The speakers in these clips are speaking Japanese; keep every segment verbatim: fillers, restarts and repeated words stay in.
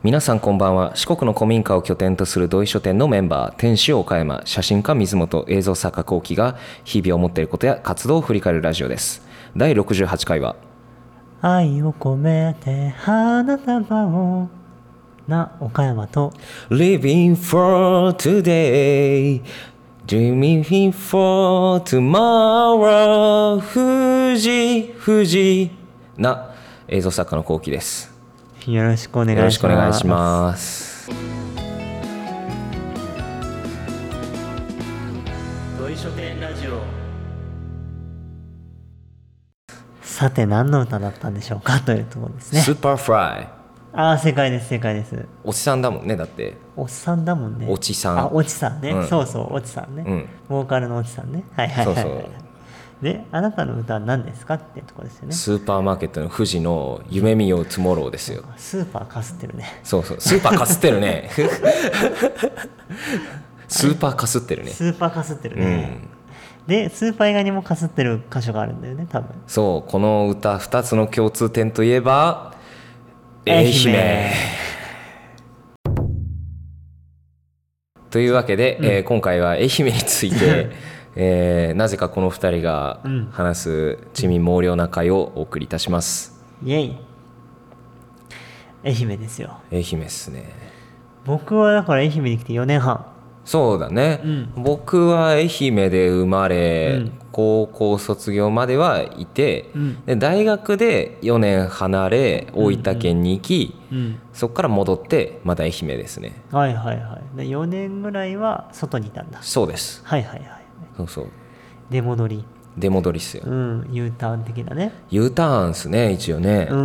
皆さんこんばんは。四国の古民家を拠点とする土井書店のメンバー、店主岡山、写真家水本、映像作家幸喜が日々思っていることや活動を振り返るラジオです。だいろくじゅうはちかいは愛を込めて花束をな岡山と Living for today Dreaming for tomorrow 富士富士な映像作家の幸喜です。 よろしくお願いします。 よろしくお願いします。 土井書店ラジオ。さて何の歌だったんでしょうかというところですね。 スーパーフライ。 ああ、正解です正解です。 おちさんだもんね。だっておっさんだもんね。 おちさん。 あ、おちさんね、 うん、 そうそうおちさんね、 うん、 ボーカルのおちさんね。はいはいはい、はい、 そうそう。 で、あなたの歌は何ですかってところですよね。 スーパーマーケットの富士の夢見ようツモローですよ。 スーパーかすってるね。 そうそう、スーパーかすってるね。スーパーかすってるね。 スーパーかすってるね、うん、でスーパー以外にもかすってる箇所があるんだよね多分。 そう、この歌ふたつの共通点といえば愛媛というわけで、うん、えー、今回は愛媛についてえー、なぜかこのふたりが話す地味猛量な会をお送りいたします。 イエイ。愛媛ですよ。 愛媛っすね。 僕はだから愛媛に来てよねんはん。 そうだね、うん、僕は愛媛で生まれ、うん、高校卒業まではいて、うん、で大学でよねん離れ大分県に行き、うんうん、そこから戻ってまた愛媛ですね。 はいはいはい。でよねんぐらいは外にいたんだ。 そうです。 はいはいはい。 そうそう。 出戻り。 出戻りっすよ。 うん、U ターン的なね。 U ターンっすね一応ね。 うん。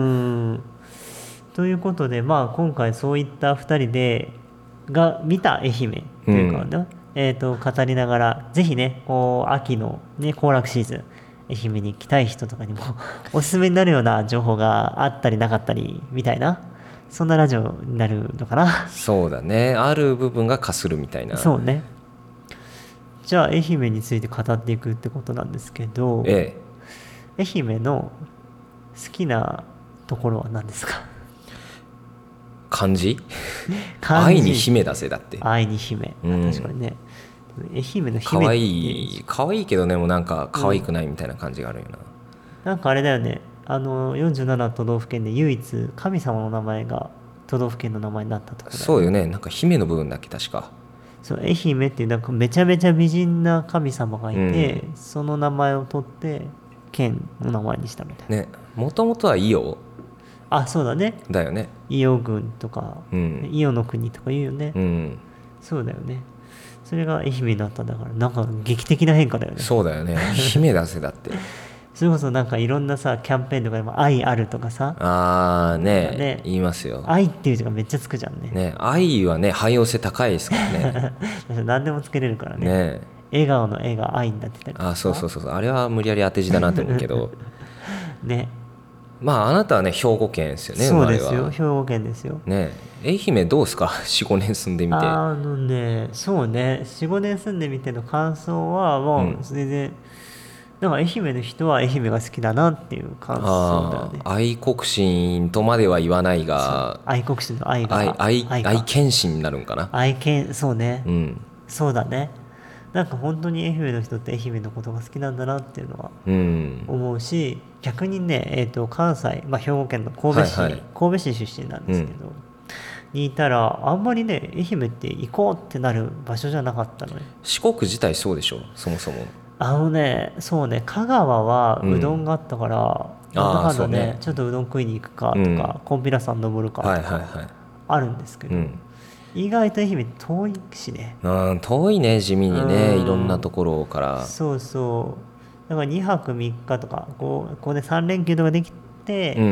ということで、まあ今回そういったふたりでが見た愛媛というか、ね、うん、えーと語りながら、ぜひねこう秋のね行楽シーズン愛媛に来たい人とかにもおすすめになるような情報があったりなかったりみたいな、そんなラジオになるのかな。 そうだね、ある部分がかするみたいな。 そうね。じゃあ愛媛について語っていくってことなんですけど、 ええ、愛媛の好きなところは何ですか？ 漢字愛に姫だぜ。だって愛に姫、うん、確かにね。愛媛の姫ってかわいいかわいいけどね、もうなんかかわいくないみたいな感じがあるよな、 うん、なんかあれだよね、あのよんじゅうなな都道府県で唯一神様の名前が都道府県の名前になったところだよね。 そうよね。なんか姫の部分だっけ確か。 そう、愛媛っていうなんかめちゃめちゃ美人な神様がいて、うん、その名前を取って県の名前にしたみたいなね。 もともとは伊予。 あ、そうだね。 だよね。 伊予郡とか、うん、伊予の国とか言うよね、うん、そうだよね。それが愛媛になったんだから、なんか劇的な変化だよね。 そうだよね。姫だぜだってそれこそなんかいろんなさキャンペーンとかでも愛あるとかさ、 あーねえ、ね、言いますよ。 愛っていう字がめっちゃつくじゃんね。 ね、愛はね汎用性高いですからね何でもつけれるからね。ね、笑顔の絵が愛になってたりとか。 あ、そうそうそう、あれは無理やり当て字だなと思うけどね。まああなたはね兵庫県ですよね。 そうですよ、兵庫県ですよね。愛媛どうですか ?よん、ごねん住んでみて。 あのね、そうね、よん、ごねん住んでみての感想はもう全然、うん、なんか愛媛の人は愛媛が好きだなっていう感想だよね。 愛国心とまでは言わないが、 愛国心の愛が愛愛愛愛犬心になるんかな。 愛犬、そうね、 うん、 そうだね。なんか本当に愛媛の人って愛媛のことが好きなんだなっていうのは思うし、うん、逆にね、えーと、関西、まあ、兵庫県の神戸市、はいはい、神戸市出身なんですけど、うん、にいたらあんまりね愛媛って行こうってなる場所じゃなかったのよ。 四国自体そうでしょそもそも。 あのね、そうね、香川はうどんがあったから、うん、なんだかんだ ね, ねちょっとうどん食いに行くかとか、うん、こんぴらさん登るかとか、はいはいはい、あるんですけど、うん、意外と愛媛遠いしね。 うん、遠いね、地味にね、いろんなところから。 そうそう、だからにはくみっかとかこうここでさん連休とかできて、うんうん、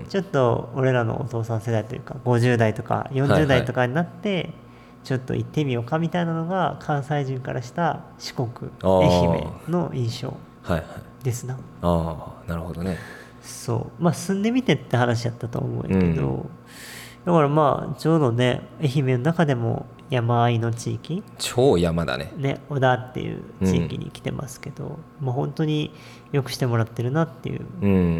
ちょっと俺らのお父さん世代というかごじゅう代とかよんじゅう代とかになって、はいはい、ちょっと行ってみようかみたいなのが関西人からした四国愛媛の印象ですな。 あ、はいはい、あ、なるほどね。 そう、まあ住んでみてって話やったと思うんやけど、うん、だからまあちょうどね愛媛の中でも山あいの地域、 超山だね。 ね、小田っていう地域に来てますけど、うん、まあ本当によくしてもらってるなっていう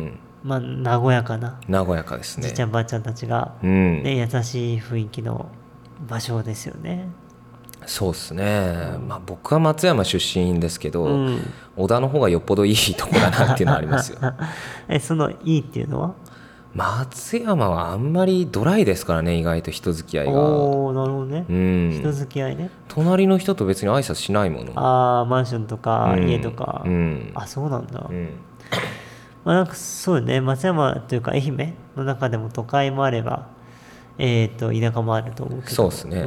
まあ、和やかな和やかですね。 じいちゃんばあちゃんたちが、 うんね、優しい雰囲気の場所ですよね。 そうですね、まあ、僕は松山出身ですけど、 うん、 小田の方がよっぽどいいとこだなっていうのはありますよえそのいいっていうのは？ 松山はあんまりドライですからね、意外と人付き合いが。 おーなるほどね、 うん、 人付き合いね。 隣の人と別に挨拶しないもの。 ああマンションとかうん家とか、 うん、 あそうなんだ、 うんまあ、なんかそうね、松山というか愛媛の中でも都会もあれば、えー、と田舎もあると思うけど、 そうですね、 うん、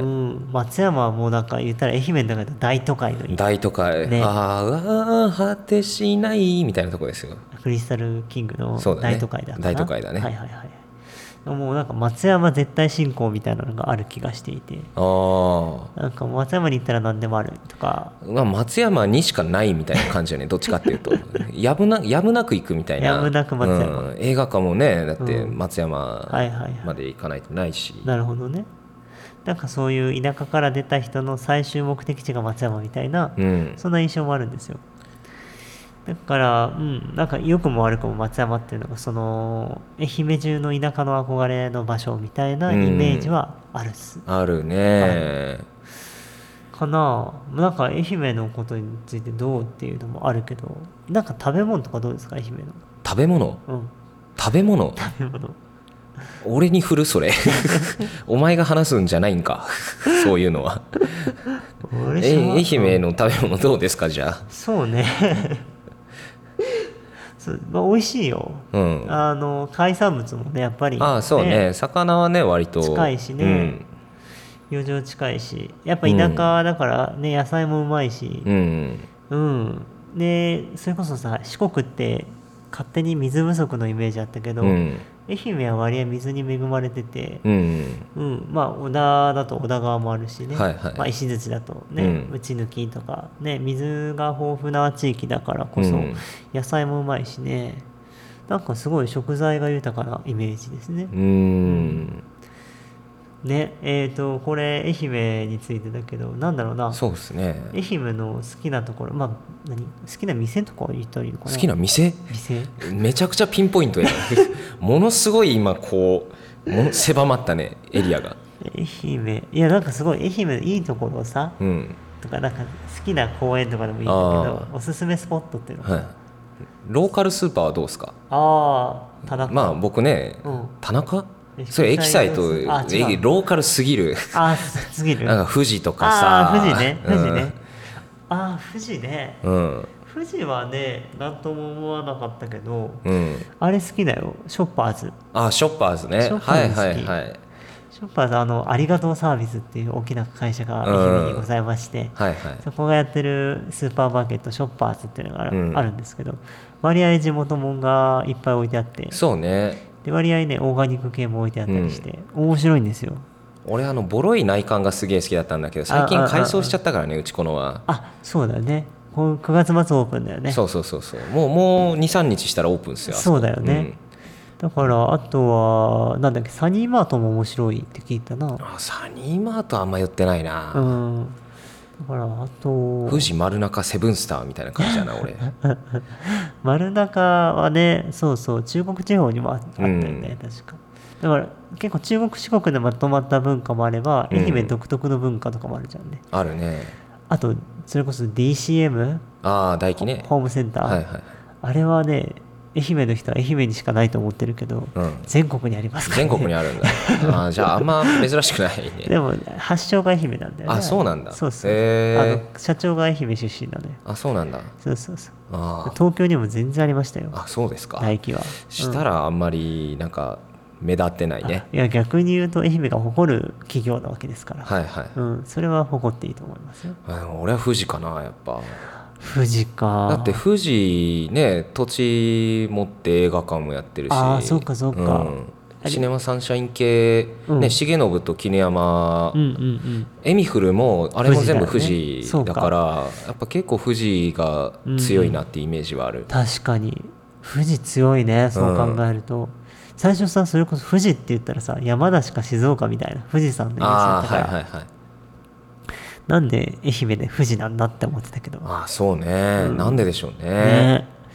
松山はもうなんか言ったら愛媛の中で大都会の大都会、 ね、 ああ果てしないみたいなとこですよ。 クリスタルキングのそうだね大都会だから、 大都会だね。 はいはいはい。もうなんか松山絶対信仰みたいなのがある気がしていて、 あなんか松山に行ったら何でもあるとか、 まあ、松山にしかないみたいな感じよね、どっちかっていうとやむなやむなく行くみたいな。 やむなく松山、 うん、映画館もねだってうん松山はいはいはいまで行かないとないし、 なるほどね。なんかそういう田舎から出た人の最終目的地が松山みたいな、 うんそんな印象もあるんですよ。だから、うん、なんか良くも悪くも松山っていうのがその愛媛中の田舎の憧れの場所みたいなイメージはあるっす、 あるね。 かな。なんか愛媛のことについてどうっていうのもあるけど、なんか食べ物とかどうですか愛媛の？ 食べ物、 うん、 食べ物食べ物俺に振るそれお前が話すんじゃないんかそういうのはえ愛媛の食べ物どうですかじゃあ。 そうねそうまあ、美味しいよ、 うん、 あの海産物もねやっぱり、ね、 ああそうね、魚はね割と近いしね、漁場近いしやっぱ田舎だからね、うん、野菜もうまいし、 うんうん、でそれこそさ四国って勝手に水不足のイメージあったけど、うん、愛媛は割合水に恵まれてて、うんうん、まあ小田だと小田川もあるしね、はいはい、まあ、石鎚だとね、うん、内抜とかね水が豊富な地域だからこそ、うん、野菜もうまいしね、なんかすごい食材が豊かなイメージですね。うん、うんねえー、とこれ愛媛についてだけどなんだろうな、 そうですね、 愛媛の好きなところ、まあ何好きな店とか言ったらいいのかな。 好きな店店めちゃくちゃピンポイントやものすごい今こうもの狭まったねエリアが。 愛媛いやなんかすごい愛媛のいいところをさ、うん、とかなんか好きな公園とかでもいいんだけどおすすめスポットっていうのかな、はい、 ローカルスーパーはどうですか？ ああ田中、 まあ僕ね、うん、田中それエキサイトローカルすぎる。 あすぎるなんか富士とかさあ富士ね富士ね、うん、あ富士ね、うん、富士はね何とも思わなかったけど、うん、あれ好きだよショッパーズ。 あショッパーズね、はいはいはい。 ショッパーズあのありがとうサービスっていう大きな会社が愛媛にございまして、うんはいはい、そこがやってるスーパーマーケットショッパーズっていうのがある,、うん、あるんですけど割合地元もんがいっぱい置いてあって、 そうねで割合ねオーガニック系も置いてあったりして、うん、面白いんですよ。 俺あのボロい内観がすげえ好きだったんだけど最近改装しちゃったからねうちこのは。 あそうだねくがつ末オープンだよね。 そうそうそうそうもうもう にさんにちしたらオープンですよ。 そうだよね、うん、だからあとはなんだっけサニーマートも面白いって聞いたな。 あサニーマートあんま寄ってないな。うんだからあと富士丸中セブンスターみたいな感じだな俺丸中はねそうそう中国地方にもあったよね、うん、確かだから結構中国四国でまとまった文化もあれば、うん、愛媛独特の文化とかもあるじゃんね。 あるね。 あとそれこそ ディーシーエムああ大輝ねホームセンター、はいはい、あれはね愛媛の人は愛媛にしかないと思ってるけど、うん、全国にありますからね。 全国にあるんだあじゃああんま珍しくないねでも発祥が愛媛なんだよね。 あそうなんだ。 そうそう、えー、あの社長が愛媛出身なのよ。 あそうなんだ。 そうそうそうあ東京にも全然ありましたよ。 あそうですか。 大輝はしたらあんまりなんか目立ってないね。 いや逆に言うと愛媛が誇る企業なわけですから、 はいはい、 うん、それは誇っていいと思いますよ。 俺は富士かなやっぱ。 富士か。 だって富士ね土地持って映画館もやってるし。 ああそうかそうか、 うん、シネマサンシャイン系、うんね、重信と杵山、うんうんうん、エミフルもあれも全部富士だから、ね、やっぱ結構富士が強いなってイメージはある、うん、 確かに富士強いねそう考えると、うん、最初さそれこそ富士って言ったらさ山梨か静岡みたいな富士山のイメージだったから、はいはいはい、なんで愛媛で富士なんだって思ってたけど。 ああそうね、うん、なんででしょうね。 ね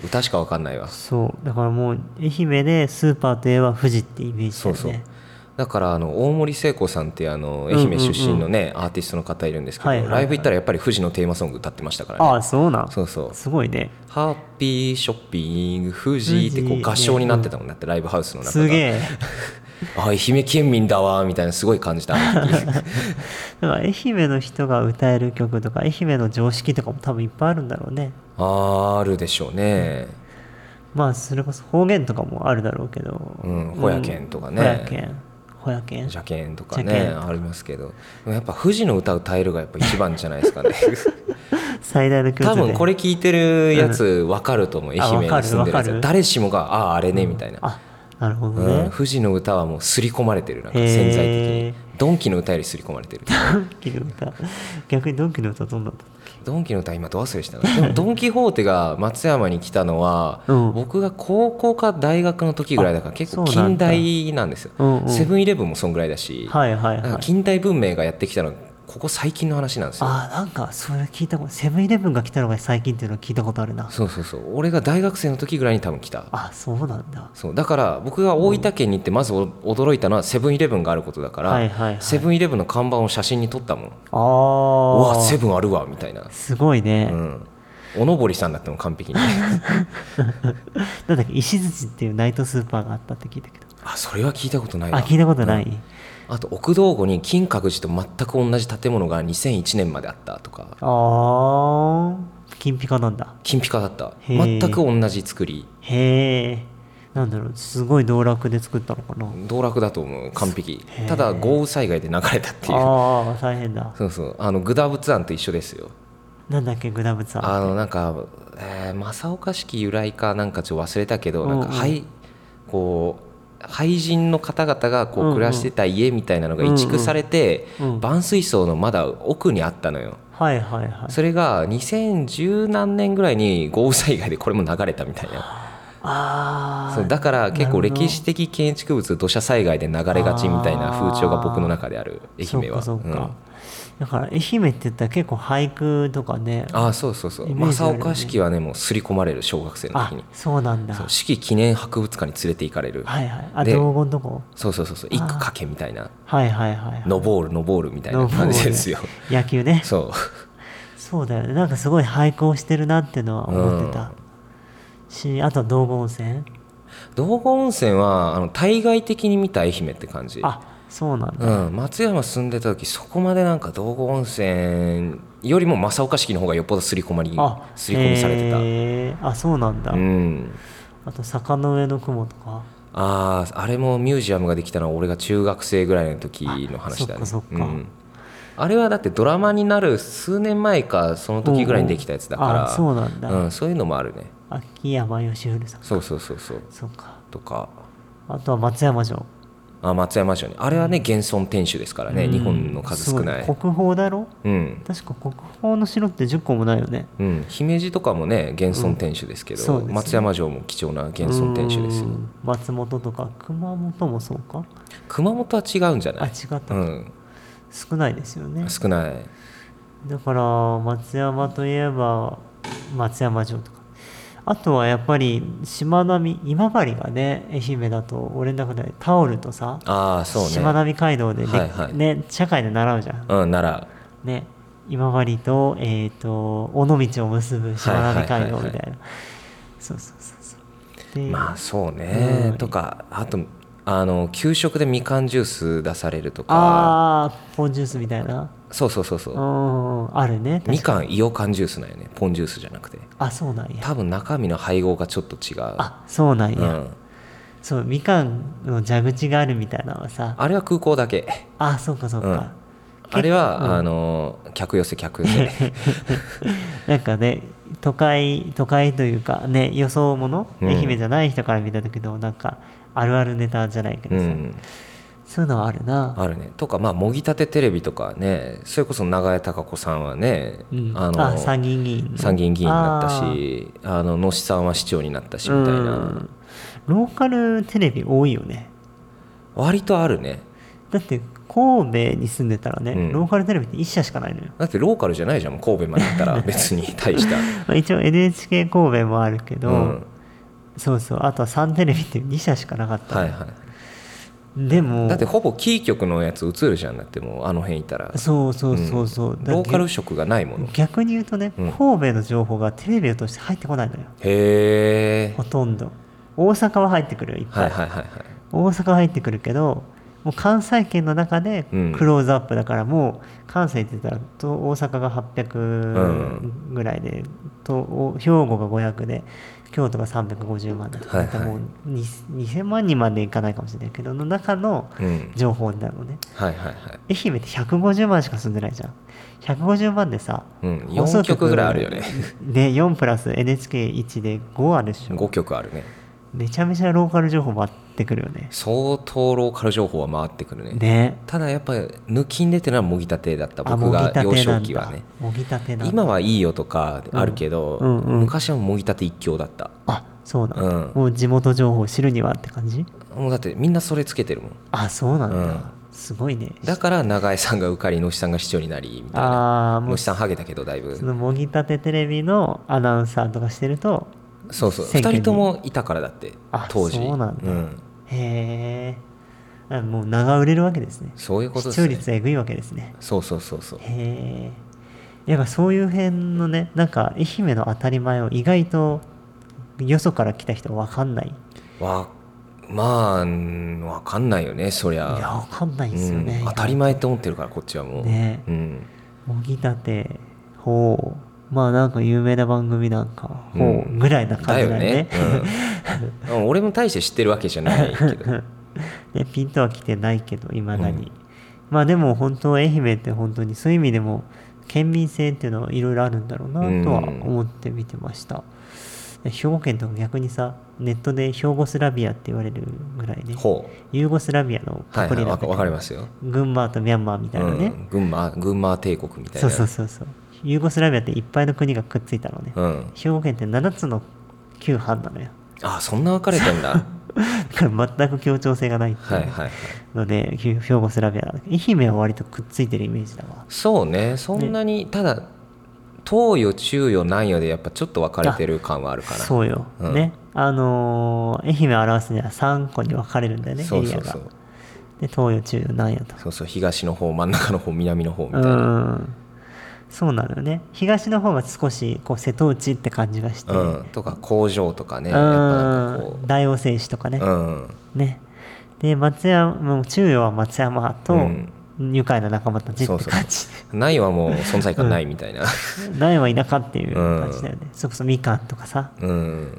歌しか分かんないわ。 そうだからもう愛媛でスーパーといえば富士ってイメージだよね。 そうそうだからあの大森聖子さんっていうあの愛媛出身のね、うんうんうん、アーティストの方いるんですけど、はいはいはい、ライブ行ったらやっぱり富士のテーマソング歌ってましたからね。 ああそうなん。 そうそうすごいね。 ハッピーショッピング富士ってこう合唱になってたもんだって、ライブハウスの中が。 すげえあ愛媛県民だわみたいなすごい感じただから愛媛の人が歌える曲とか愛媛の常識とかも多分いっぱいあるんだろうね。 ああるでしょうね、 うん、まあそれこそ方言とかもあるだろうけど、 うん、ほやけんとかね、 ほやけんほやけんじゃけんとかねありますけど、やっぱ富士の歌歌えるがやっぱ一番じゃないですかね最大の共通点。 多分これ聞いてるやつ分かると思う、うん、愛媛に住んでるやつ誰しもがあああれねみたいな、うん、 あなるほどね、 うん、富士の歌はもう刷り込まれてる、なんか潜在的にドンキの歌より刷り込まれてる。 ドンキの歌逆にドンキの歌どんなんだっけ。 ドンキの歌今ど忘れしたの。でもドン・キホーテが松山に来たのは、うん、僕が高校か大学の時ぐらいだから結構近代なんですよ。セブンイレブンもそんぐらいだし、 はいはいはい、 近代文明がやってきたのここ最近の話なんですよ。 あなんかそれ聞いたこと、セブンイレブンが来たのが最近っていうのを聞いたことあるな。 そうそうそう俺が大学生の時ぐらいに多分来た。 あそうなんだ。 そうだから僕が大分県に行ってまず驚いたのはセブンイレブンがあることだから、はいはいはい、セブンイレブンの看板を写真に撮ったもん。あうわセブンあるわみたいな。 すごいね、うん、 おのぼりさんだったの完璧になんだっけ石槌っていうナイトスーパーがあったって聞いたけど。 あそれは聞いたことないわ。 あ聞いたことない、うんあと奥道後に金閣寺と全く同じ建物がにせんいちねんまであったとか。ああ金ピカなんだ。 金ピカだった。全く同じ作り。 へえなんだろうすごい道楽で作ったのかな。 道楽だと思う完璧。ただ豪雨災害で流れたっていう。 ああ大変だ。 そうそうあのグダ仏庵と一緒ですよ。 なんだっけグダ仏庵。 あのなんか、えー、正岡式由来かなんかちょっと忘れたけど、うんうん、なんかはいこう俳人の方々がこう暮らしてた家みたいなのが移築されて、うんうん、万水槽のまだ奥にあったのよ、 はいはいはい、 それがにせんじゅう何年ぐらいに豪雨災害でこれも流れたみたいな。 あそうだから結構歴史的建築物土砂災害で流れがちみたいな風潮が僕の中である愛媛は。 そうかそうか、うんだから愛媛って言ったら結構俳句とかね。 ああそうそうそう、ね、正岡式はねもう刷り込まれる小学生の時に。 あそうなんだ。 そう四季記念博物館に連れて行かれる。 はいはいあ道後のとこ。 そうそうそうそう一句かけみたいな。 はいはいはい、はい、 ノボールノボールみたいな感じですよ。 野球ね。 そうそうだよねなんかすごい俳句をしてるなっていうのは思ってた、うん、しあと道後温泉。 道後温泉はあの対外的に見た愛媛って感じ。 あそうなんだ、 うん、松山住んでた時そこまでなんか道後温泉よりも正岡式の方がよっぽど刷り込まり刷り込みされてた。 へあそうなんだ、 うん、 あと坂の上の雲とか。 あああれもミュージアムができたのは俺が中学生ぐらいの時の話だね。 あそっかそっか、うん、 あれはだってドラマになる数年前かその時ぐらいにできたやつだから、 あそうなんだ、 うん、そういうのもあるね。 秋山義古さん。 そうそうそうそうそうかとかあとは松山城。 あ松山城ねあれはね現存天守ですからね、うん、日本の数少ない国宝だろ、 うん、 確か国宝の城ってじゅっこもないよね、 うん、姫路とかもね現存天守ですけど、うんね、松山城も貴重な現存天守ですよ。 松本とか熊本もそうか。 熊本は違うんじゃない。 あ違った、うん、少ないですよね。 少ない。 だから松山といえば松山城とかあとはやっぱりしまなみ今治がね愛媛だと俺の中でタオルとさあそう、ね、 しまなみ海道で ね,、 はいはいね社会で習うじゃん。 うん習うね今治と,、えー、と尾道を結ぶしまなみ海道みたいな、はいはいはいはい、そうそうそうそうでまあそうね、うん、とかあとあの給食でみかんジュース出されるとか。 ああポンジュースみたいな。 そうそうそうそう、 うん、あるね。 みかんイオカンジュースなんよねポンジュースじゃなくて。 あそうなんや。 多分中身の配合がちょっと違う。 あそうなんや、うん、そうみかんの蛇口があるみたいなのはさあれは空港だけ。 あそうかそうか、うん、 あれは、うん、あの客寄せ客寄せなんかね都会都会というかね予想もの、うん、愛媛じゃない人から見た時のなんかあるあるネタじゃないけどさ、うん、そういうのはあるな。 あるね。とかまあもぎたてテレビとかねそれこそ長江貴子さんはね、 うん、あのあ参議院議員参議院議員になったしあの野志さんは市長になったしみたいな。 ローカルテレビ多いよね。 割とあるね。 だって神戸に住んでたらね、 うんローカルテレビっていっ社しかないのよ。 だってローカルじゃないじゃん神戸まで行ったら別に大したまあ一応 エヌエイチケー 神戸もあるけど、 うんそうそう、あとはサンテレビっていうに社しかなかったの、 はいはいでもだってほぼキー局のやつ映るじゃんだってもうあの辺いたらそうそうそうそう、 うんだローカル色がないもの逆に言うとね、 うん神戸の情報がテレビを通して入ってこないのよ、 へえほとんど。大阪は入ってくるよいっぱい、 はいはいはいはい大阪は入ってくるけど、もう関西圏の中でクローズアップだから、もう関西って言ったらと大阪がはっぴゃくぐらいで、と兵庫がごひゃくで京都がさんびゃくごじゅうまんだとか、 はいはいもうににせんまん人までいかないかもしれないけどの中のうん情報になるのね、 はいはいはい愛媛ってひゃくごじゅうまんしか住んでないじゃん。ひゃくごじゅうまんでさ、 うん放送よんきょくぐらいあるよねでよんプラス エヌエイチケーいち でごあるでしょ。 ごきょくあるねめちゃめちゃローカル情報回ってくるよね。 相当ローカル情報は回ってくるねね、 ただやっぱ抜きんでってのはもぎたてだったあ僕が幼もぎたてなんだ少期はねもぎたてなんだ。 今はいいよとかあるけど、 うんうんうん昔はもぎたて一強だった。 あ、そうなんだ、 うんもう地元情報を知るにはって感じ。 もうだってみんなそれつけてるもん。 あ、そうなんだ、 うんすごいね。 だから永江さんが受かり野志さんが市長になりみたいな。 あーもう野志さんハゲたけどだいぶそのもぎたてテレビのアナウンサーとかしてると、 そうそう選挙にふたりともいたからだってあ当時そうなんだん、 へえ、もう名が売れるわけですね。 そういうことです視聴ね率えぐいわけですね。 そうそうそうそうへえ。やっぱそういう辺のね、なんか愛媛の当たり前を意外とよそから来た人は分かんない。 わまあ分かんないよねそりゃ。 いや分かんないですよね、 うん、当たり前って思ってるからこっちはもうねうんもぎたてほう、まあなんか有名な番組なんか、 うんほうぐらいな感じだよね。 だよね、うん、俺も大して知ってるわけじゃないけどねピンとは来てないけどいまだに、 うんまあでも本当愛媛って本当にそういう意味でも県民性っていうのはいろいろあるんだろうなとは思って見てました、うん、兵庫県とか逆にさネットで兵庫スラビアって言われるぐらいね、 ほうユーゴスラビアのパクリなんだけど、 はいはい、わかりますよ。 群馬とミャンマーみたいなね、 うん、群馬群馬帝国みたいそうな。 そうそうそう、ユーゴスラビアっていっぱいの国がくっついたのね、 うん、 兵庫県ってななつの旧藩なのよ。 あそんな分かれてんだだから全く協調性がないっていうはいはいはいので、兵庫スラビアなんだけど愛媛は割とくっついてるイメージだわ。 そうねそんなに、ただ東予中予南予でやっぱちょっと分かれてる感はあるかな。 そうよ、うん、ねあのー、愛媛を表すにはさんこに分かれるんだよね、 そうそうそう、 エリアが。で東予中予南予と、 そうそう東の方真ん中の方南の方みたいな。 うんそうなのよね。東の方が少しこう瀬戸内って感じがして、 うん、とか工場とかねやっぱなんかこう大王製紙とかね、 うん、 ねで松山もう中予は松山と、うん愉快な仲間たちって感じ。そうそうないはもう存在感ないみたいな、 うん、ないは田舎っていう感じだよね、うん、それこそみかんとかさ、 うん、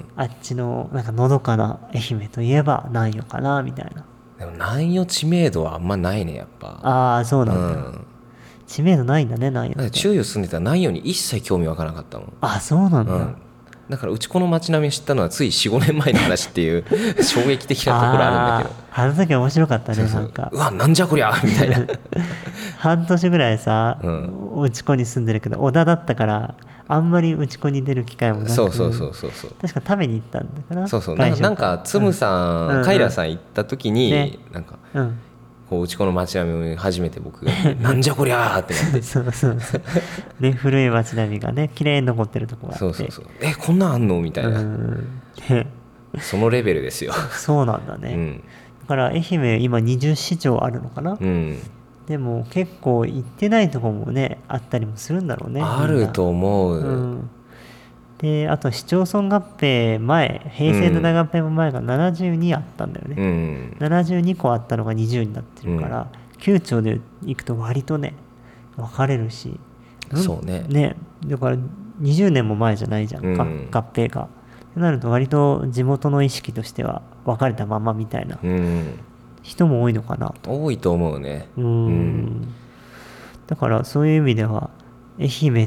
あっちのなんかのどかな愛媛といえば南予かなみたいな。 でも南予知名度はあんまないねやっぱ。 ああそうなんだ、うん、知名度ないんだね南予って。 中予住んでたら南予に一切興味わからなかったもん。 あそうなんだ、うん、 だからうちこの街並み知ったのはつい よんごねんまえの話っていう衝撃的なところあるんだけどあの時面白かったね。 そうそうなんかうわなんじゃこりゃみたいな半年ぐらいさ、 うん、 うちこに住んでるけど小田だったからあんまりうちこに出る機会もなく、 そうそうそうそうそう確か食べに行ったんだかな。 そうそうななんかつむさん、うん、カイラさん行った時に、ね、なんか、うんこううちこの街並みを初めて僕がなんじゃこりゃーってなってそうそうそうね古い街並みがね綺麗に残ってるとこがあってそうそうそうえこんなんあんのみたいな、うんね、そのレベルですよ。 そうなんだね、うん、だから愛媛今にじゅうしちょうあるのかな、うん、でも結構行ってないとこもねあったりもするんだろうね。 あると思う、 うんであと市町村合併前平成の大合併前がななじゅうにあったんだよね、うん、ななじゅうにこあったのがにじゅうになってるから、うん、きゅうちょうで行くと割とね分かれるし、 うん、そうねねだからにじゅうねんも前じゃないじゃんか、うん、合併がとなると割と地元の意識としては分かれたままみたいな人も多いのかなと、 多いと思うね。 うん、うん、だからそういう意味では愛媛って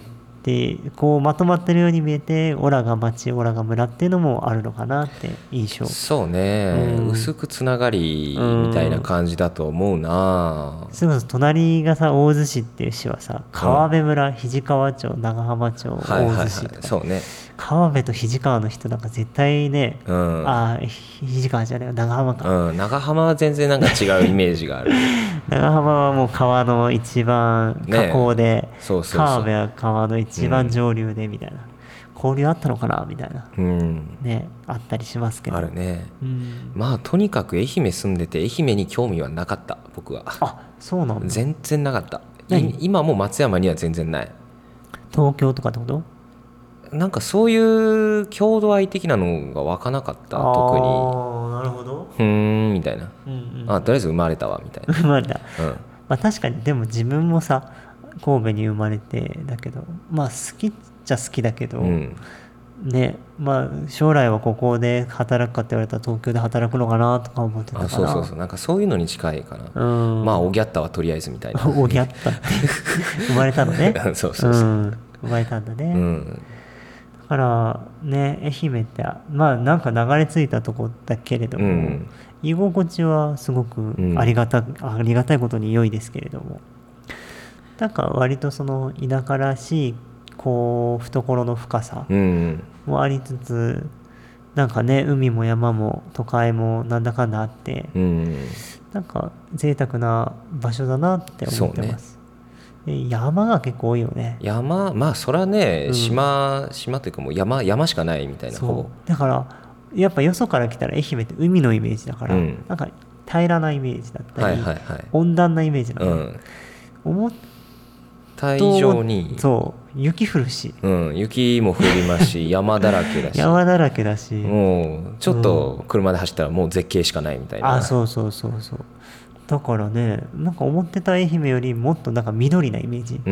ってこうまとまってるように見えてオラが町オラが村っていうのもあるのかなって印象。 そうね、うん、薄くつながりみたいな感じだと思うな、 うん、それこそ隣がさ大洲市っていう市はさ川辺村、うん、肱川町長浜町大洲市とか、はいはいはい、 そうね、 川辺と肱川の人なんか絶対ね、うん、あ肱川じゃねえ長浜か、 うん、長浜は全然なんか違うイメージがある長浜はもう川の一番河口で、ね、そうそうそう、川辺は川の一番上流でみたいな、うん、交流あったのかなみたいな、うん、ね、あったりしますけど、 あるね、うん、まあとにかく愛媛住んでて愛媛に興味はなかった僕は。 あ、そうなんだ。 全然なかった。今も松山には全然ない。 東京とかってこと？ なんかそういう郷土愛的なのが湧かなかった。特に。 ああ、なるほど。 ふーんみたいな、うんうん、あ、とりあえず生まれたわみたいな。 生まれた、うん、まあ確かに。でも自分もさ神戸に生まれてだけど、まあ好きっちゃ好きだけど、うん、ね、まあ将来はここで働くかって言われたら東京で働くのかなとか思ってたから。あ、 そうそうそう、なんかそういうのに近いかな、うん、まあおぎゃったはとりあえずみたいな。 おぎゃったって生まれたのねそうそうそう、うん、 生まれたんだね、うん、だからね愛媛ってまあなんか流れ着いたとこだけれども、うん、居心地はすごくありがた、うん、ありがたいことに良いですけれども、なんか割とその田舎らしいこう懐の深さもありつつ、うん、なんかね海も山も都会もなんだかんだあって、うん、なんか贅沢な場所だなって思ってます。山が結構多いよね。 山、まあそれはね、うん、島島というかもう山山しかないみたいな。 そうだからやっぱよそから来たら愛媛って海のイメージだから、うん、なんか平らなイメージだったり、はいはいはい、温暖なイメージなの、うん、思った以上にそう雪降るし、 うん、雪も降りますし山だらけだし山だらけだし、 もうちょっと車で走ったらもう絶景しかないみたいな、 うん、あ、そうそうそうそう。だからね、なんか思ってた愛媛よりもっとなんか緑なイメージ、うん、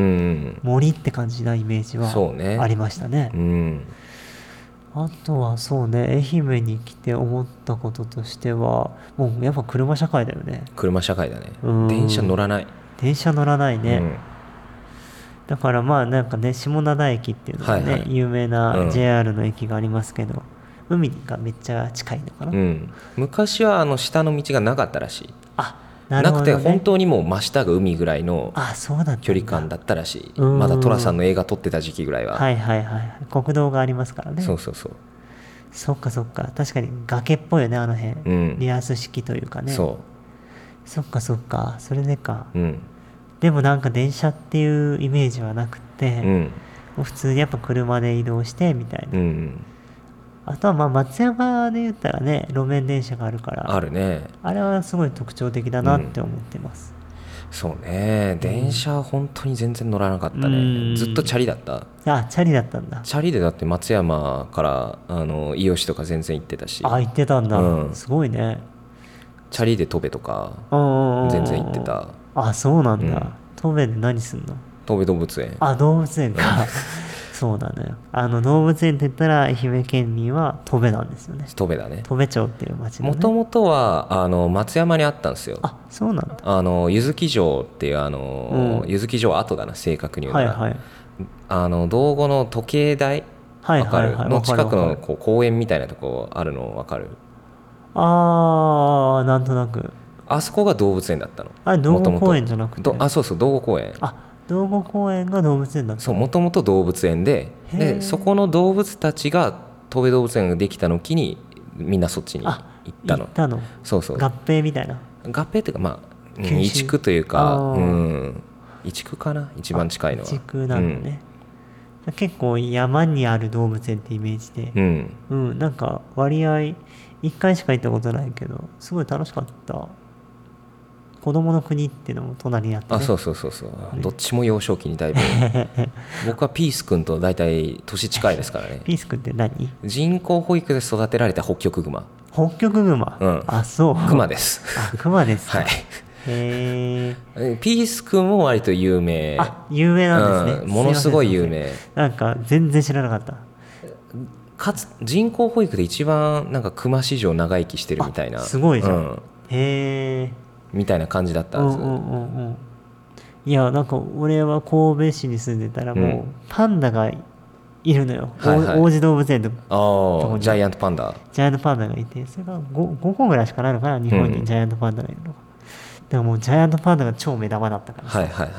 森って感じなイメージはありましたね。そうね、うん、あとはそうね、愛媛に来て思ったこととしてはもうやっぱ車社会だよね。 車社会だね、うん、電車乗らない。 電車乗らないね、うん、だからまあなんかね下灘駅っていうのがね、はいはい、有名な ジェイアール の駅がありますけど、うん、海がめっちゃ近いのかな、うん、 昔はあの下の道がなかったらしい。 あ、 なるほどね、なくて本当にもう真下が海ぐらいの距離感だったらしい。まだ寅さんの映画撮ってた時期ぐらいは。 はいはいはい、国道がありますからね。 そうそうそう。 そっかそっか、確かに崖っぽいよねあの辺、うん、リアス式というかね。そうそっかそっか、それでか、うん、でもなんか電車っていうイメージはなくて、うん、もう普通にやっぱ車で移動してみたいな、うん、あとはまあ松山で言ったらね路面電車があるからあるね、 あれはすごい特徴的だなって思ってます、 うん、そうね、電車は本当に全然乗らなかったね、うん、ずっとチャリだった。 あ、チャリだったんだ。 チャリでだって松山からあの伊予市とか全然行ってたし。 あ、行ってたんだ、うん、すごいね。 チャリで戸部とか全然行ってた。 あ、そうなんだ、うん、戸部で何すんの？ 戸部動物園。 あ、動物園かそうだね、あの動物園って言ったら愛媛県民は戸部なんですよね。 戸部だね。 戸部町っていう町だね。 もともとはあの松山にあったんですよ。 あ、そうなんだ。 あの柚木城っていうあの、うん、柚木城跡だな正確に言うなら、はいはい、あの道後の時計台わかる、はいはいはい、の近くのこう公園みたいなとこあるのわかる？ あー、なんとなく。 あそこが動物園だったの。 あれ道後公園じゃなくて？ あ、そうそう、道後公園。 あ、道後公園が動物園だったの？ そう、もともと動物園で、でそこの動物たちが戸部動物園ができたのを機にみんなそっちに行ったの。 行ったの。そうそう、合併みたいな。 合併っていうかまあ移築というか、うん、移築かな一番近いのは。移築なんだね、うん、結構山にある動物園ってイメージで、うんうん、なんか割合いっかいしか行ったことないけどすごい楽しかった。子供の国っていうのも隣にあって、ね、 あ、そうそうそうそう、ね、どっちも幼少期にだいぶ僕はピース君と大体年近いですからね。 ピース君って何？ 人工保育で育てられた北極熊。 北極熊、うん、あ、そう熊です。 あ、熊ですか。はい。 へえ。ピース君も割と有名。 あ、有名なんですね、 うん、ものすごい有名。 なんか全然知らなかった。 かつ人工保育で一番なんか熊史上長生きしてるみたいな。 すごいじゃん、うん、へえみたいな感じだったんです。うんうんうんうん、 いやなんか俺は神戸市に住んでたらもうパンダがいるのよ、 はいはい、 王子動物園のとこにジャイアントパンダジャイアントパンダがいて、それが 5, 5個ぐらいしかないのかな日本にジャイアントパンダがいるのが、うん、でももうジャイアントパンダが超目玉だったからさ、 はいはいはい、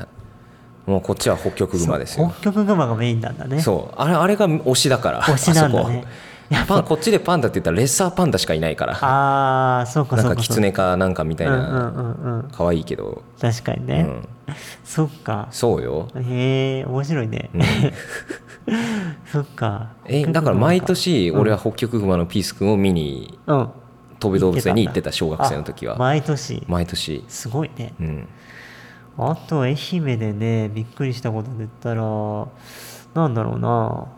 もうこっちはホッキョクグマですよ。 ホッキョクグマがメインなんだね。 そうあれあれが推しだから、 推しなんだね。 やっぱこっちでパンダって言ったらレッサーパンダしかいないから、 ああそうかそうか、 なんかキツネかなんかみたいな、 うんうんうんうん、 可愛いけど確かにね、うん、そっかそうよ。 へえ面白いね、うん、そっかえだから毎年俺はホッキョクグマのピース君を見に飛び動物園に行ってた、小学生の時は。 毎年毎年すごいね、 うん、 あと愛媛でねびっくりしたことで言ったらなんだろうな、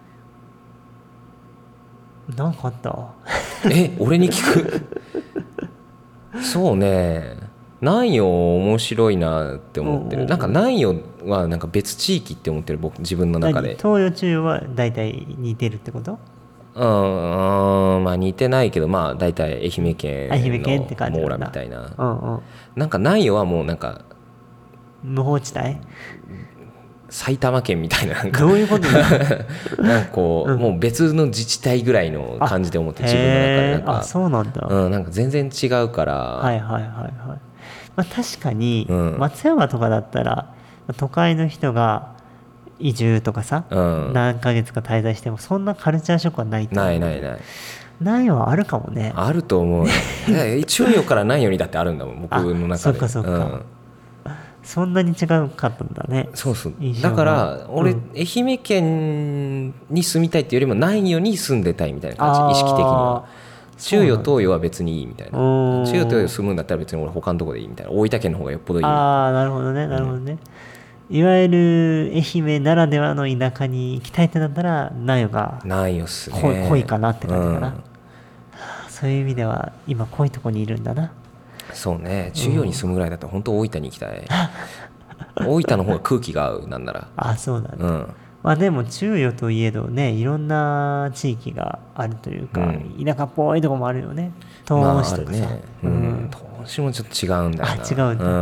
なんかあったえ俺に聞くそうね南予面白いなって思ってる、うんうん、なんか南予はなんか別地域って思ってる僕自分の中で。 東予中予は大体似てるってこと？ うんまあ似てないけどまあ大体愛媛県の網羅みたいな、 うんうん、 なんか南予はもうなんか無法地帯埼玉県みたいななんかどういうことだなんかこう、うん、もう別の自治体ぐらいの感じで思って自分の中でなんかあそうなんだ、 うん、なんか全然違うからはいはいはいはい、まあ、確かに松山とかだったら、うん、都会の人が移住とかさ、うん、何ヶ月か滞在してもそんなカルチャーショックはないと思う。 ないないないないはあるかもね。 あると思う中予からないようにだってあるんだもん僕の中で。 そうかそうか、うんそんなに違うかったんだね。 そうそうだから俺、うん、愛媛県に住みたいっていうよりも南予に住んでたいみたいな感じ意識的には。中予東予は別にいいみたいな。中予東予住むんだったら別に俺他のとこでいいみたいな。大分県の方がよっぽどいい。 ああなるほどねなるほどね、うん、いわゆる愛媛ならではの田舎に行きたいってなったら南予が南予っすね濃い、濃いかなって感じかな、うん、そういう意味では今濃いとこにいるんだな。 そうね中予に住むぐらいだったら本当大分に行きたい大分の方が空気が合うなんなら。 あそうなんだ、うん、まあでも中予といえどねいろんな地域があるというか、うん、田舎っぽいとこもあるよね。東市とかさ、まあねうん、 東市もちょっと違うんだよな。 あ違うんだ、うん、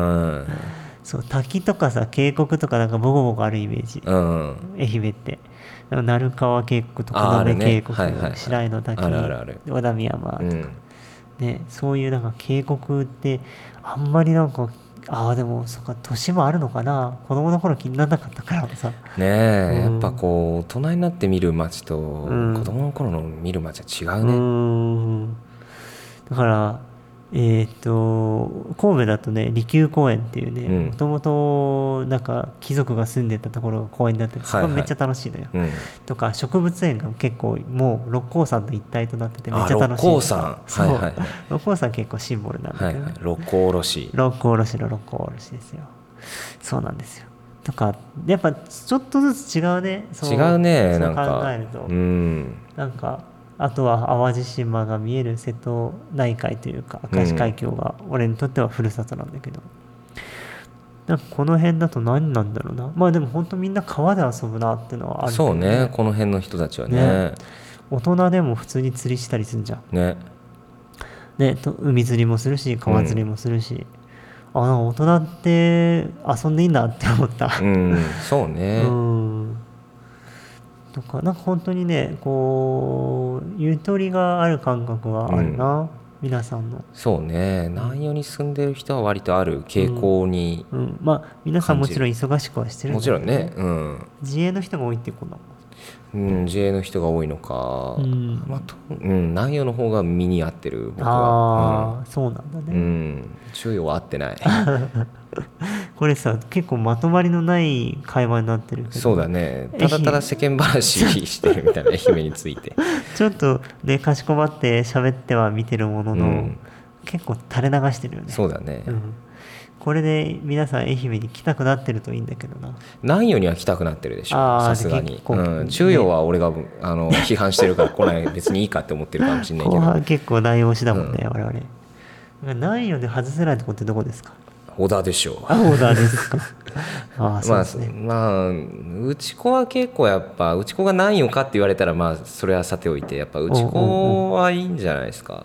そう滝とかさ渓谷とかなんかボコボコあるイメージ、うん、愛媛って鳴川渓谷とか野辺渓谷、ねはいはいはい、白井の滝あるあるある小田見山とか、うんね、そういうなんか渓谷ってあんまりなんかああでもそっか年もあるのかな子供の頃気にならなかったからさねえ、うん、やっぱこう大人になって見る街と、うん、子供の頃の見る街は違うね。うんだからえっと神戸だとね利休公園っていうねもともとなんか貴族が住んでたところが公園だったりそこめっちゃ楽しいのよ、はいはいうん、とか植物園が結構もう六甲山と一体となっててめっちゃ楽しい。 六甲山そう、はいはい、六甲山結構シンボルなんだけど、ねはいはい、 六甲おろし六甲おろしの六甲おろしですよ。そうなんですよ。とかやっぱちょっとずつ違うね。そう違うねそう考えるとなんか、うん、 なんかあとは淡路島が見える瀬戸内海というか明石海峡が俺にとってはふるさとなんだけど、うん、なんかこの辺だと何なんだろうな。まあでも本当みんな川で遊ぶなっていうのはあるけど、ね、 そうねこの辺の人たちは ね, ね大人でも普通に釣りしたりするじゃんねねと海釣りもするし川釣りもするし、うん、あなんか大人って遊んでいいんだって思ったうんそうねうんとかなんか本当にねこうゆとりがある感覚はあるな、うん、皆さんの。 そうね南予に住んでる人は割とある傾向に、 うんうん、まあ皆さんもちろん忙しくはしてるんだけど、ね、もちろんね、うん、 自営の人が多いっていうことだもん。 うん、自営の人が多いのか、うんまあとうん、南予の方が身に合ってる僕は。 ああ、うん、そうなんだね、 うん、中予は合ってないこれさ結構まとまりのない会話になってるけど。 そうだねただただ世間話してるみたいな愛媛についてちょっとねかしこまって喋っては見てるものの、うん、結構垂れ流してるよね。 そうだね、うんこれで皆さん愛媛に来たくなってるといいんだけどな。 南予には来たくなってるでしょさすがに、うん、中予は俺があの批判してるから来ない別にいいかって思ってるかもしれないけど後半結構南予推しだもんね、うん、我々南予で外せないとこってどこですか。 小田でしょう。 あ小田ですかあそうですね、 まあ、まあうち子は結構やっぱうち子が南予かって言われたらまあそれはさておいてやっぱうち子はいいんじゃないですか。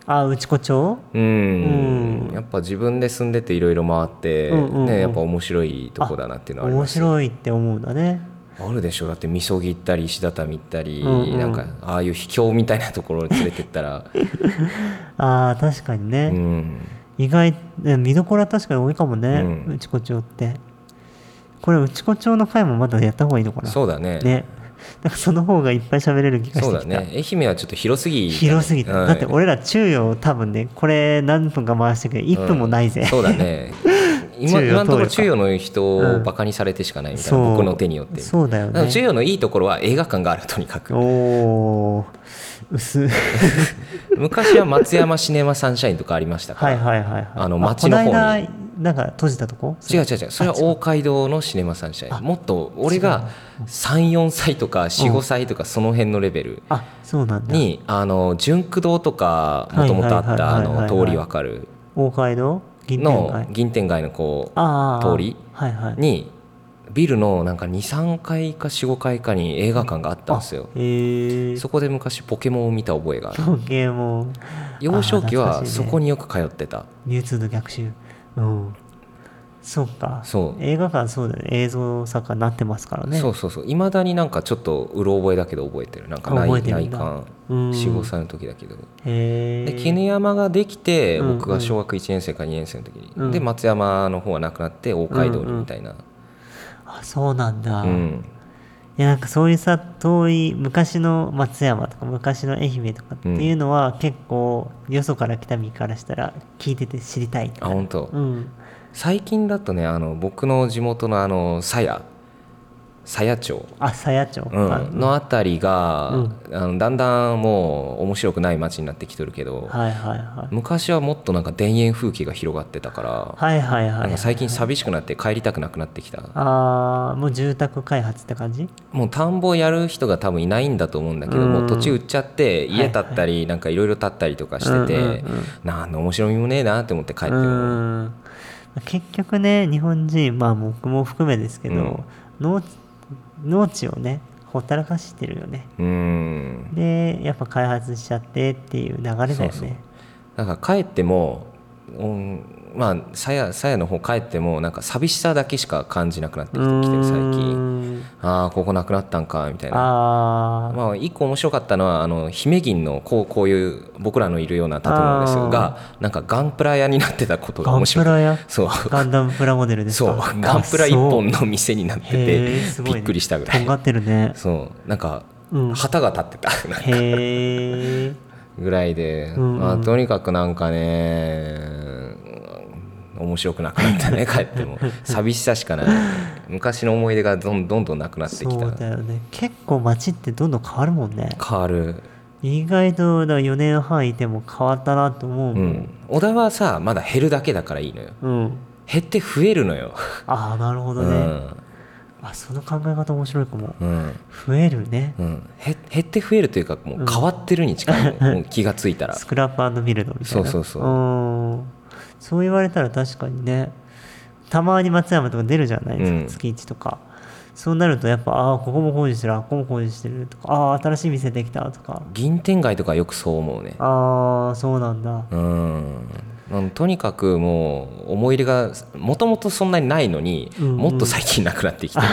あ、内子町、 うん、うん、やっぱ自分で住んでていろいろ回って、うんうんうん、ね、やっぱ面白いとこだなっていうのはあります。 面白いって思うんだね。 あるでしょ。だってみそぎ行ったり石畳行ったり、うんうん、なんかああいう秘境みたいなところに連れてったらああ確かにね、うん、意外見どころは確かに多いかもね、うん、内子町って。これ内子町の回もまだやった方がいいのかな。 そうだね。 ね、なんかその方がいっぱい喋れる気がしてきた。 そうだね。愛媛はちょっと広すぎ、ね、 広すぎた、うん、だって俺ら中予多分ねこれ何分か回してくれいっぷんもないぜ、 うん、そうだね今, 今のところ中予の人をバカにされてしかないみたいな、うん、僕の手によってそうだよね。 中予のいいところは映画館がある。とにかくおー薄昔は松山シネマサンシャインとかありましたから、はいはいはいはい、あの町の方に。この間なんか閉じたとこ？ 違う違う違う、それは大街道のシネマサンシャイン。もっと俺がさん、よんさいとかよん、ごさいとかその辺のレベルに、あの純駆動とかもともとあったあの通りわかる？ 大街道の銀天街のこう通りにビルのなんかに、さんかいかよん、ごかいかに映画館があったんですよ。へそこで昔ポケモンを見た覚えがある。 ポケモン。 幼少期はそこによく通ってた。 ミュウツーの逆襲。うん。そうか。そう映画館そうだね。映像作家になってますからね。 そうそうそう。いまだになんかちょっとうろ覚えだけど覚えてる。なんか内内観よん、ごさいの時だけど。へで絹山ができて、うんうん、僕が小学いちねん生かにねん生の時に、うん、で松山の方はなくなって大街道にみたいな。うんうん、 あそうなんだ。うん、いやなんかそういうさ遠い昔の松山とか昔の愛媛とかっていうのは、うん、結構よそから来た身からしたら聞いてて知りたい。 あ本当。うん最近だとねあの僕の地元のあの鞘鞘町あ鞘町、 うん、のあたりが、うん、あのだんだんもう面白くない街になってきてるけど、はいはいはい、昔はもっとなんか田園風景が広がってたから、はいはいはいはい、なんか最近寂しくなって帰りたくなくなってきた。 あもう住宅開発って感じ？ もう田んぼやる人が多分いないんだと思うんだけど、うん、もう土地売っちゃって家建ったり、はいはい、なんかいろいろ建ったりとかしてて、うんうんうん、なんの面白みもねえなって思って帰っても、うん結局ね日本人まあ僕も含めですけど、うん、農, 農地をねほったらかしてるよね。うんでやっぱ開発しちゃってっていう流れだよね。そうそうだから帰っても、うん、まあ鞘鞘の方帰ってもなんか寂しさだけしか感じなくなってきてる最近。ああここなくなったんかみたいな。あまあ一個面白かったのはあの姫銀のこうこういう僕らのいるような建物ですがなんかガンプラ屋になってたことが面白い。 ガンプラ屋？そうガンダムプラモデルですか？ そうガンプラ一本の店になっててびっくりしたぐらい。 とんがってるね。 そうなんか、うん、旗が立ってたなんかへぐらいで、うんうんまあ、とにかくなんかね面白くなくなったね帰っても寂しさしかない。昔の思い出がどんどんどんなくなってきた。 そうだよね。結構街ってどんどん変わるもんね。 変わる。 意外とだよねんはんいても変わったなと思うもん、うん、 小田はさまだ減るだけだからいいのよ、うん、減って増えるのよ。 ああなるほどね、うん、あその考え方面白いかも、うん、増えるね、うん、 減って増えるというかもう変わってるに近い、うん、もう気がついたらスクラップ&ビルドみたいな。 そうそうそううんそう言われたら確かにねたまに松山とか出るじゃないですか、うん、月いちとか。そうなるとやっぱああここも工事してるあここも工事してるとかああ新しい店できたとか銀天街とかよくそう思うね。 ああそうなんだ。 うんとにかくもう思い入れがもともとそんなにないのに、うんうん、もっと最近なくなってきてる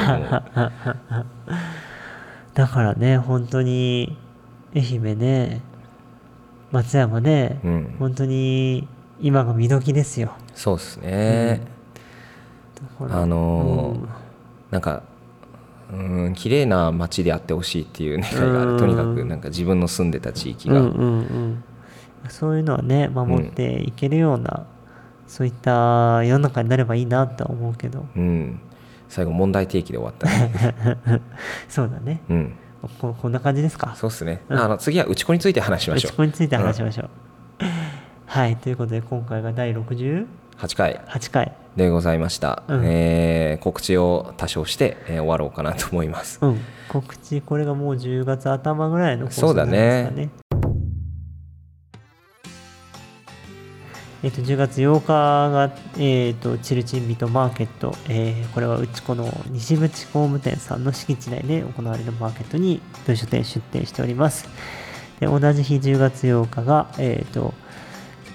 だからね本当に愛媛ね松山ね、うん、本当に今が見時ですよ。 そうですね、うん、あのーうん、なんかうん綺麗な街であってほしいっていう願いがある。とにかくなんか自分の住んでた地域が、うんうんうん、 そういうのはね守っていけるような、うん、そういった世の中になればいいなとは思うけど、 うん、最後問題提起で終わったねそうだね、うん、こ, こんな感じですか。 そうですね、うん、あの次は内子について話しましょう。 内子について話しましょう、うん、はいということで今回がだいろくじゅうはちかいはちかいでございました、うんえー、告知を多少して、えー、終わろうかなと思います、うん、 告知これがもうじゅうがつあたまぐらいの放送なんですかね。えー、とじゅうがつようかが、えー、とチルチンビトマーケット、えー、これは内子の西口工務店さんの敷地内で行われるマーケットに文書店出店しております。で同じ日じゅうがつようかが、えー、と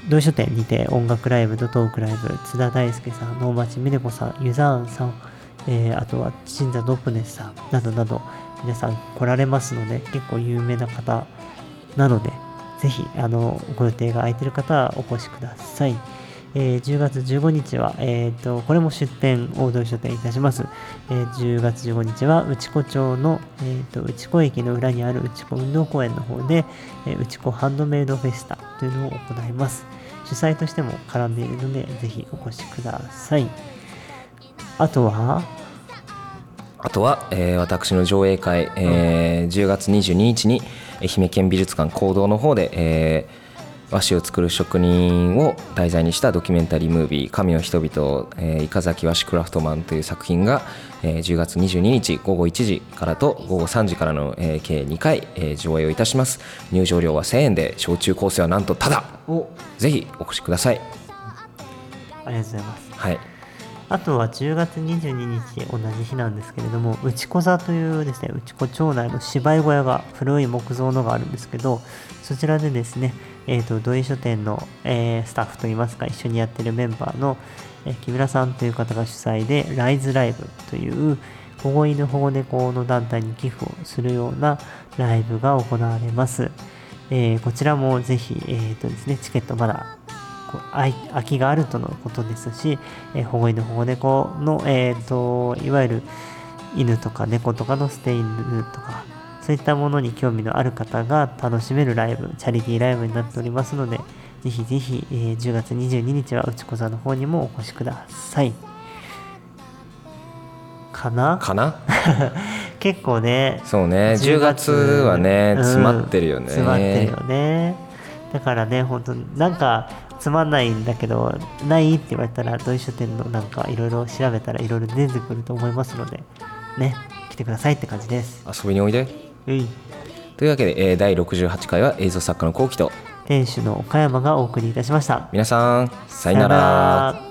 同書店にて音楽ライブとトークライブ、津田大介さん、能町みね子さん、ゆざーんさん、えー、あとは新座ドップネスさんなどなど皆さん来られますので、結構有名な方なので、ぜひあのご予定が空いている方はお越しください。えー、じゅうがつじゅうごにちは、えー、とこれも出店大通り書店いたします。えー、じゅうがつじゅうごにちは内子町の、えー、と内子駅の裏にある内子運動公園の方で、えー、内子ハンドメイドフェスタというのを行います。主催としても絡んでいるので、ぜひお越しください。あとはあとは、えー、私の上映会、えー、じゅうがつにじゅうににちに愛媛県美術館講堂の方で、えー和紙を作る職人を題材にしたドキュメンタリームービー神の人々、えー、伊香崎和紙クラフトマンという作品が、えー、じゅうがつにじゅうににちごごいちじからとごごさんじからの、えー、計にかい、えー、上映をいたします。入場料はせんえんで小中高生はなんとタダ。ぜひお越しください。 ありがとうございます、 はい。 あとはじゅうがつにじゅうににち同じ日なんですけれども、内子座というですね、内子町内の芝居小屋が古い木造のがあるんですけど、そちらでですね、えーと、土井書店の、えー、スタッフといいますか、一緒にやってるメンバーの、えー、木村さんという方が主催で、ライズライブという保護犬保護猫の団体に寄付をするようなライブが行われます。えー、こちらもぜひ、えーとですね、チケットまだ空きがあるとのことですし、えー、保護犬保護猫の、えーと、いわゆる犬とか猫とかの捨て犬とか、そういったものに興味のある方が楽しめるライブ、チャリティーライブになっておりますので、ぜひぜひ、えー、じゅうがつにじゅうににちは内子座の方にもお越しください。かなかな結構ね、 そうね、じゅうがつはね、うん、詰まってるよね。 詰まってるよね。だからね、本当なんかつまんないんだけどないって言われたら、土井書店のなんかいろいろ調べたらいろいろ出てくると思いますのでね、来てくださいって感じです。 遊びにおいで。 うん、 というわけで、えー、だいろくじゅうはちかいは映像作家のこうきと店主の岡山がお送りいたしました。 皆さんさよなら。